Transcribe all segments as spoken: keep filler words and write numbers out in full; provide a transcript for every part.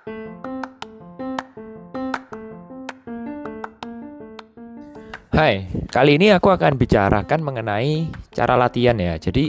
Hai, kali ini aku akan bicarakan mengenai cara latihan ya. Jadi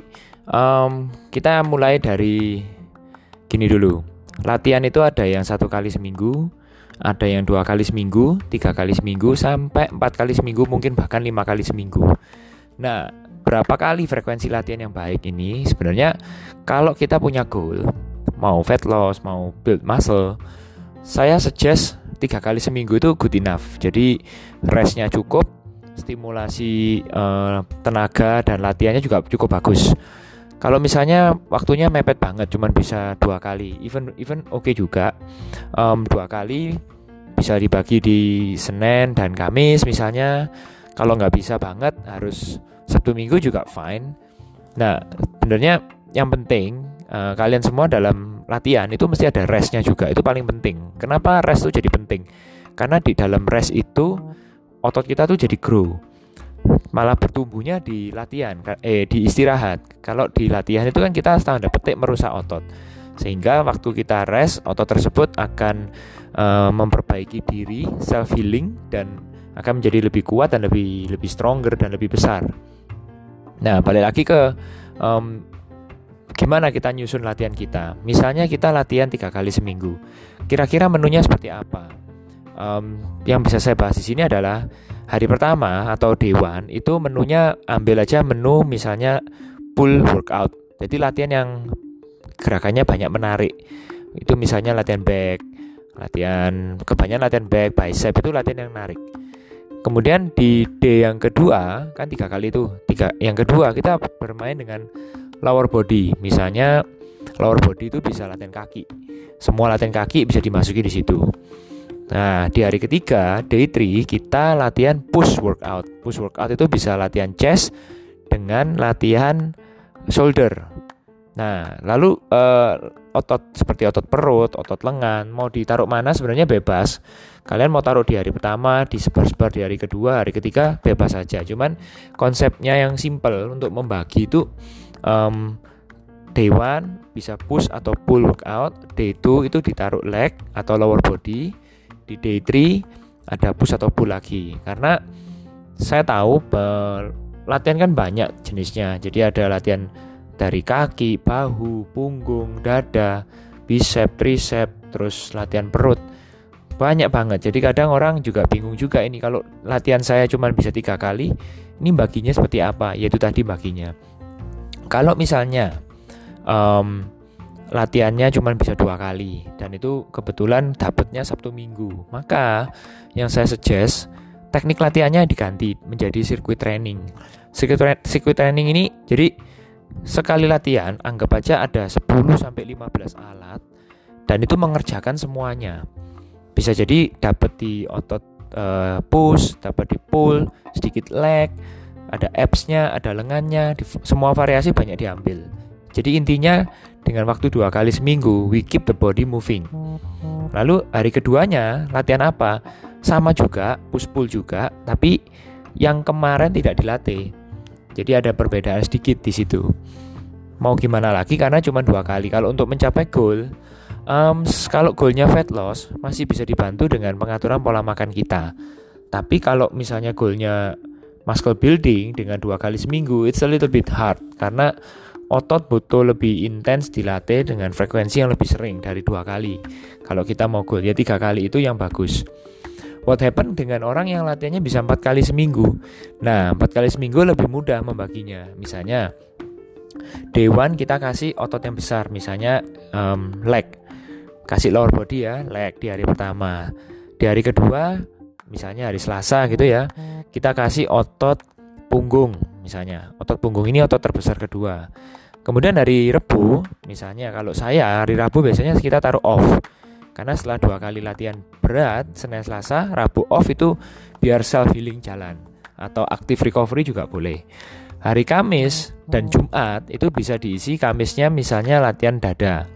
em, kita mulai dari gini dulu. Latihan itu ada yang satu kali seminggu, ada yang dua kali seminggu, tiga kali seminggu, sampai empat kali seminggu, mungkin bahkan lima kali seminggu. Nah, berapa kali frekuensi latihan yang baik ini? Sebenarnya kalau kita punya goal, mau fat loss, mau build muscle, saya suggest tiga kali seminggu itu good enough. Jadi restnya cukup, stimulasi eh, tenaga dan latihannya juga cukup bagus. Kalau misalnya waktunya mepet banget, cuman bisa dua kali, even even oke okay juga. Um, dua kali bisa dibagi di Senin dan Kamis misalnya. Kalau nggak bisa banget, harus Sabtu Minggu juga fine. Nah, sebenarnya yang penting uh, kalian semua dalam latihan itu mesti ada restnya juga. Itu paling penting. Kenapa rest itu jadi penting? Karena di dalam rest itu otot kita tuh jadi grow, malah bertumbuhnya di latihan, eh di istirahat. Kalau di latihan itu kan kita tanda petik merusak otot, sehingga waktu kita rest, otot tersebut akan uh, memperbaiki diri, self healing, dan akan menjadi lebih kuat dan lebih lebih stronger dan lebih besar. Nah, balik lagi ke um, gimana kita nyusun latihan kita. Misalnya kita latihan tiga kali seminggu, kira-kira menunya seperti apa? Um, yang bisa saya bahas di sini adalah hari pertama atau day one itu menunya ambil aja menu misalnya pull workout. Jadi latihan yang gerakannya banyak menarik. Itu misalnya latihan back, latihan kebanyakan latihan back, bicep itu latihan yang menarik. Kemudian di day yang kedua kan tiga kali itu, tiga yang kedua kita bermain dengan lower body. Misalnya lower body itu bisa latihan kaki. Semua latihan kaki bisa dimasuki di situ. Nah, di hari ketiga, day three, kita latihan push workout. Push workout itu bisa latihan chest dengan latihan shoulder. Nah, lalu uh, otot seperti otot perut, otot lengan, mau ditaruh mana sebenarnya bebas. Kalian mau taruh di hari pertama, disebar-sebar di hari kedua, hari ketiga, bebas saja. Cuman konsepnya yang simple untuk membagi itu um, day one bisa push atau pull workout, day two itu ditaruh leg atau lower body, di day three ada push atau pull lagi. Karena saya tahu latihan kan banyak jenisnya. Jadi ada latihan dari kaki, bahu, punggung, dada, bicep, tricep, terus latihan perut. Banyak banget. Jadi kadang orang juga bingung juga ini, kalau latihan saya cuma bisa tiga kali, ini baginya seperti apa? Yaitu tadi baginya. Kalau misalnya um, latihannya cuma bisa dua kali dan itu kebetulan dapatnya Sabtu Minggu, maka yang saya suggest teknik latihannya diganti menjadi circuit training. Circuit, tra- circuit training ini jadi sekali latihan anggap aja ada sepuluh sampai lima belas alat dan itu mengerjakan semuanya. Bisa jadi dapat di otot uh, push, dapat di pull, sedikit leg, ada abs-nya, ada lengannya, di, semua variasi banyak diambil. Jadi intinya dengan waktu dua kali seminggu, we keep the body moving. Lalu hari keduanya latihan apa? Sama juga, push pull juga, tapi yang kemarin tidak dilatih. Jadi ada perbedaan sedikit di situ. Mau gimana lagi karena cuma dua kali. Kalau untuk mencapai goal, um, kalau goalnya fat loss masih bisa dibantu dengan pengaturan pola makan kita. Tapi kalau misalnya goalnya muscle building dengan dua kali seminggu, it's a little bit hard karena otot butuh lebih intens dilatih dengan frekuensi yang lebih sering dari dua kali. Kalau kita mau goal ya tiga kali itu yang bagus. What happen dengan orang yang latihannya bisa empat kali seminggu? Nah, empat kali seminggu lebih mudah membaginya. Misalnya day one kita kasih otot yang besar, misalnya um, leg, kasih lower body ya, leg di hari pertama. Di hari kedua, misalnya hari Selasa gitu ya, kita kasih otot punggung. Misalnya otot punggung ini otot terbesar kedua. Kemudian hari Rabu, misalnya kalau saya hari Rabu biasanya kita taruh off. Karena setelah dua kali latihan berat, Senin Selasa, Rabu off itu biar self healing jalan. Atau active recovery juga boleh. Hari Kamis dan Jumat itu bisa diisi, Kamisnya misalnya latihan dada.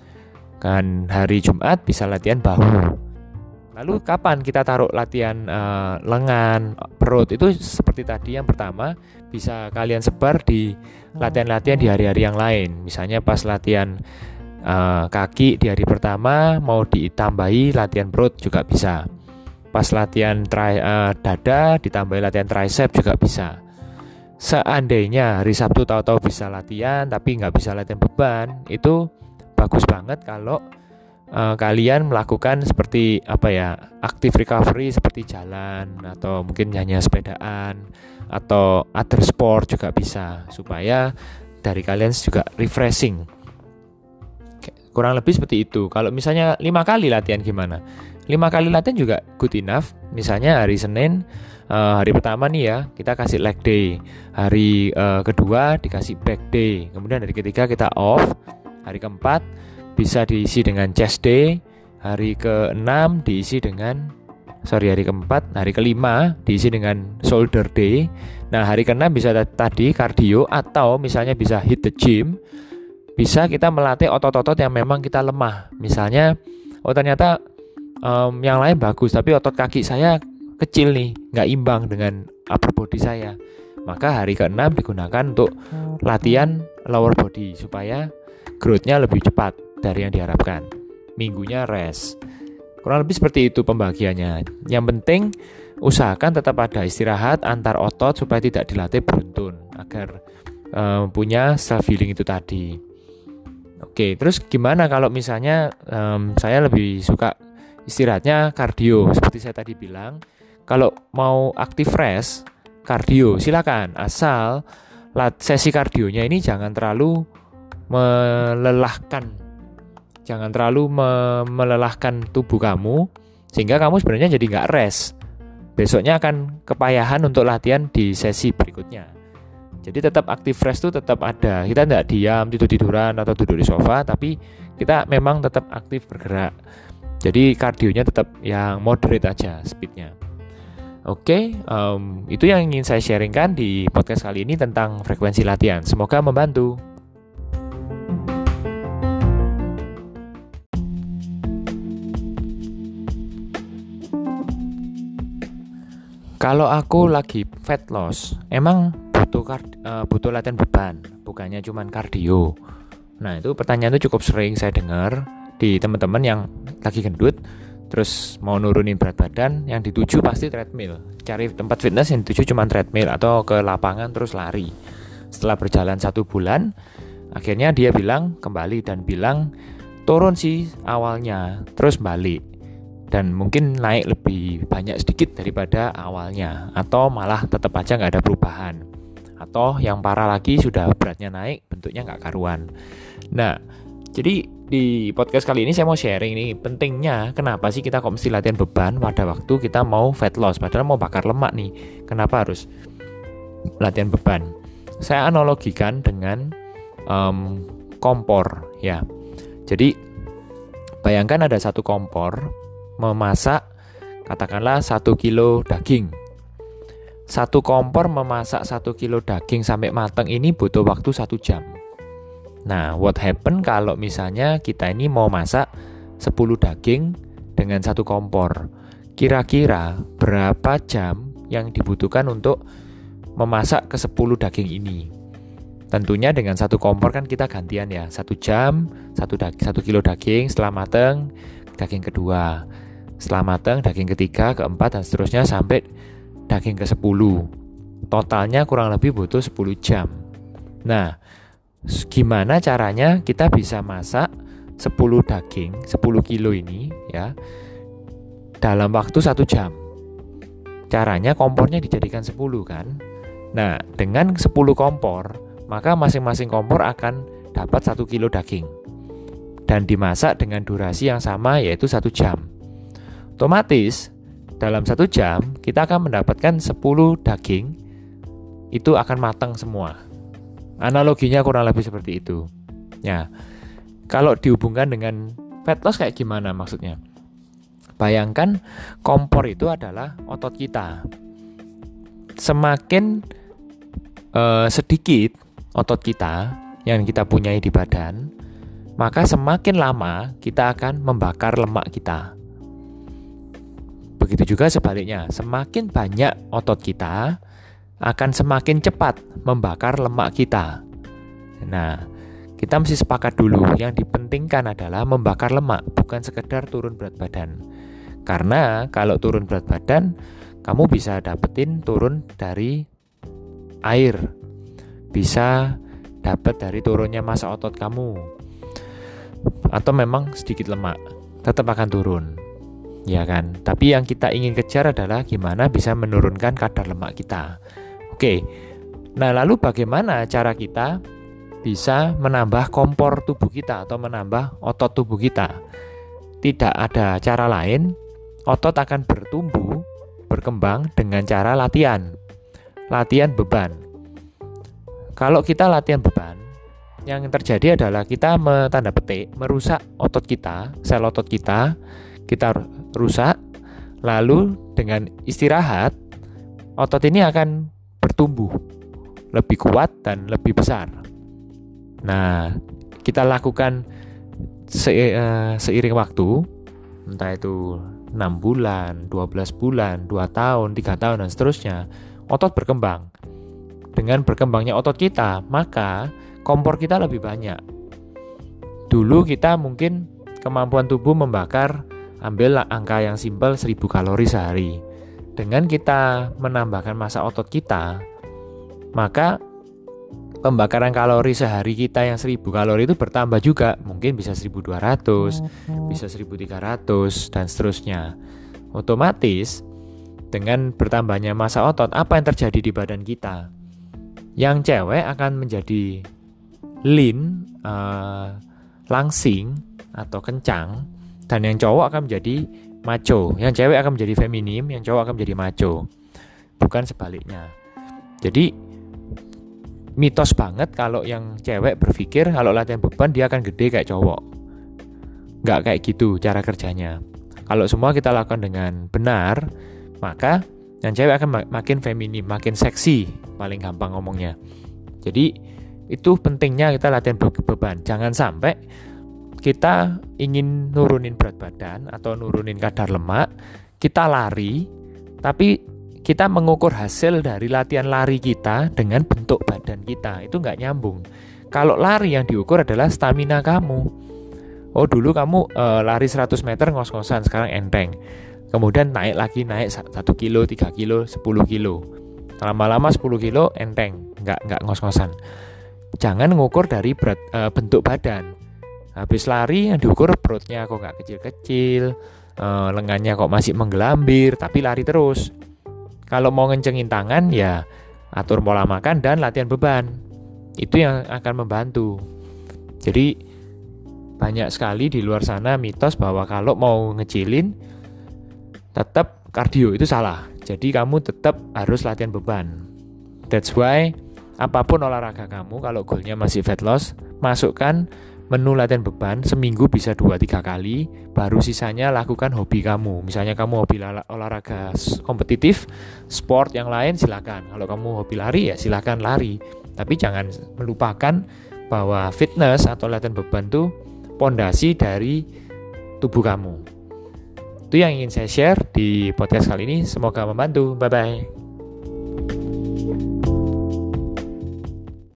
Kan hari Jumat bisa latihan bahu. Lalu kapan kita taruh latihan uh, lengan, perut? Itu seperti tadi yang pertama, bisa kalian sebar di latihan-latihan di hari-hari yang lain. Misalnya pas latihan uh, kaki di hari pertama mau ditambahi latihan perut juga bisa. Pas latihan tri, uh, dada ditambahi latihan tricep juga bisa. Seandainya hari Sabtu tahu-tahu bisa latihan tapi nggak bisa latihan beban, itu bagus banget kalau uh, kalian melakukan seperti apa ya, active recovery seperti jalan atau mungkin hanya sepedaan atau other sport juga bisa, supaya dari kalian juga refreshing. Kurang lebih seperti itu. Kalau misalnya lima kali latihan gimana? lima kali latihan juga good enough. Misalnya hari Senin, uh, hari pertama nih ya, kita kasih leg day. Hari uh, kedua dikasih back day. Kemudian hari ketiga kita off. Hari keempat bisa diisi dengan chest day. Hari keenam diisi dengan Sorry hari keempat, hari kelima diisi dengan shoulder day. Nah hari keenam bisa tadi cardio, atau misalnya bisa hit the gym. Bisa kita melatih otot-otot yang memang kita lemah. Misalnya, oh ternyata um, yang lain bagus, tapi otot kaki saya kecil nih, nggak imbang dengan upper body saya. Maka hari keenam digunakan untuk latihan lower body supaya growth-nya lebih cepat dari yang diharapkan. Minggunya rest. Kurang lebih seperti itu pembagiannya. Yang penting usahakan tetap ada istirahat antar otot supaya tidak dilatih beruntun, agar um, punya self healing itu tadi. Oke, terus gimana kalau misalnya um, saya lebih suka istirahatnya kardio seperti saya tadi bilang. Kalau mau active rest, kardio silakan, asal sesi kardionya ini jangan terlalu melelahkan. Jangan terlalu me- melelahkan tubuh kamu sehingga kamu sebenarnya jadi nggak rest. Besoknya akan kepayahan untuk latihan di sesi berikutnya. Jadi tetap active rest itu tetap ada. Kita tidak diam, tidur-tiduran atau duduk di sofa, tapi kita memang tetap aktif bergerak. Jadi kardionya tetap yang moderate aja speednya. Oke, um, itu yang ingin saya sharingkan di podcast kali ini tentang frekuensi latihan. Semoga membantu. Kalau aku lagi fat loss, emang butuh kard- uh, butuh latihan beban, bukannya cuma kardio. Nah itu pertanyaan itu cukup sering saya dengar di teman-teman yang lagi gendut, terus mau nurunin berat badan, yang dituju pasti treadmill. Cari tempat fitness yang dituju cuma treadmill atau ke lapangan terus lari. Setelah berjalan satu bulan, akhirnya dia bilang kembali dan bilang turun sih awalnya, terus balik. Dan mungkin naik lebih banyak sedikit daripada awalnya, atau malah tetap aja nggak ada perubahan, atau yang parah lagi sudah beratnya naik, bentuknya nggak karuan. Nah, jadi di podcast kali ini saya mau sharing nih pentingnya kenapa sih kita kok mesti latihan beban pada waktu kita mau fat loss, padahal mau bakar lemak nih. Kenapa harus latihan beban? Saya analogikan dengan um, kompor ya. Jadi bayangkan ada satu kompor memasak katakanlah satu kilo daging. Satu kompor memasak satu kilo daging sampai matang ini butuh waktu satu jam. Nah, what happen kalau misalnya kita ini mau masak sepuluh daging dengan satu kompor? Kira-kira berapa jam yang dibutuhkan untuk memasak ke sepuluh daging ini? Tentunya dengan satu kompor kan kita gantian ya, satu jam, satu, dag- satu kilo daging, setelah matang, daging kedua. Setelah matang, daging ketiga, keempat, dan seterusnya sampai daging ke sepuluh. Totalnya kurang lebih butuh sepuluh jam. Nah, gimana caranya kita bisa masak sepuluh daging, sepuluh kilo ini ya dalam waktu satu jam? Caranya kompornya dijadikan sepuluh kan. Nah, dengan sepuluh kompor, maka masing-masing kompor akan dapat satu kilo daging. Dan dimasak dengan durasi yang sama, yaitu satu jam. Otomatis dalam satu jam kita akan mendapatkan sepuluh daging, itu akan matang semua. Analoginya kurang lebih seperti itu. Ya, kalau dihubungkan dengan fat loss kayak gimana maksudnya? Bayangkan kompor itu adalah otot kita. Semakin eh, sedikit otot kita yang kita punyai di badan, maka semakin lama kita akan membakar lemak kita. Begitu juga sebaliknya, semakin banyak otot kita akan semakin cepat membakar lemak kita. Nah, kita mesti sepakat dulu yang dipen- pentingkan adalah membakar lemak, bukan sekedar turun berat badan. Karena kalau turun berat badan, kamu bisa dapetin turun dari air, bisa dapat dari turunnya massa otot kamu, atau memang sedikit lemak, tetap akan turun, ya kan? Tapi yang kita ingin kejar adalah gimana bisa menurunkan kadar lemak kita. Oke, nah lalu bagaimana cara kita bisa menambah kompor tubuh kita atau menambah otot tubuh kita? Tidak ada cara lain, otot akan bertumbuh, berkembang dengan cara latihan. Latihan beban. Kalau kita latihan beban, yang terjadi adalah kita tanda petik merusak otot kita, sel otot kita, kita rusak, lalu dengan istirahat, otot ini akan bertumbuh lebih kuat dan lebih besar. Nah, kita lakukan se- uh, seiring waktu, entah itu enam bulan, dua belas bulan, dua tahun, tiga tahun, dan seterusnya, otot berkembang. Dengan berkembangnya otot kita, maka kompor kita lebih banyak. Dulu kita mungkin kemampuan tubuh membakar, ambil angka yang simpel seribu kalori sehari. Dengan kita menambahkan massa otot kita, maka pembakaran kalori sehari kita yang seribu kalori itu bertambah juga, mungkin bisa seribu dua ratus, bisa seribu tiga ratus, dan seterusnya. Otomatis dengan bertambahnya massa otot, apa yang terjadi di badan kita? Yang cewek akan menjadi lean, uh, langsing atau kencang, dan yang cowok akan menjadi macho. Yang cewek akan menjadi feminim, yang cowok akan menjadi macho. Bukan sebaliknya. Jadi mitos banget kalau yang cewek berpikir kalau latihan beban dia akan gede kayak cowok. Nggak kayak gitu cara kerjanya. Kalau semua kita lakukan dengan benar, maka yang cewek akan makin feminim, makin seksi, paling gampang ngomongnya. Jadi itu pentingnya kita latihan beban. Jangan sampai kita ingin nurunin berat badan atau nurunin kadar lemak, kita lari, tapi kita mengukur hasil dari latihan lari kita dengan bentuk badan kita. Itu nggak nyambung. Kalau lari yang diukur adalah stamina kamu. Oh, dulu kamu e, lari seratus meter ngos-ngosan, sekarang enteng. Kemudian naik lagi, naik satu kilo, tiga kilo, sepuluh kilo. Lama-lama sepuluh kilo enteng, nggak, nggak ngos-ngosan. Jangan mengukur dari berat, e, bentuk badan. Habis lari yang diukur perutnya kok nggak kecil-kecil, e, lengannya kok masih menggelambir, tapi lari terus. Kalau mau ngencengin tangan, ya atur pola makan dan latihan beban. Itu yang akan membantu. Jadi banyak sekali di luar sana mitos bahwa kalau mau ngecilin, tetap kardio, itu salah. Jadi kamu tetap harus latihan beban. That's why apapun olahraga kamu, kalau goalnya masih fat loss, masukkan menu latihan beban seminggu bisa dua tiga kali, baru sisanya lakukan hobi kamu. Misalnya kamu hobi olahraga kompetitif, sport yang lain silakan. Kalau kamu hobi lari ya silakan lari. Tapi jangan melupakan bahwa fitness atau latihan beban itu pondasi dari tubuh kamu. Itu yang ingin saya share di podcast kali ini. Semoga membantu. Bye bye.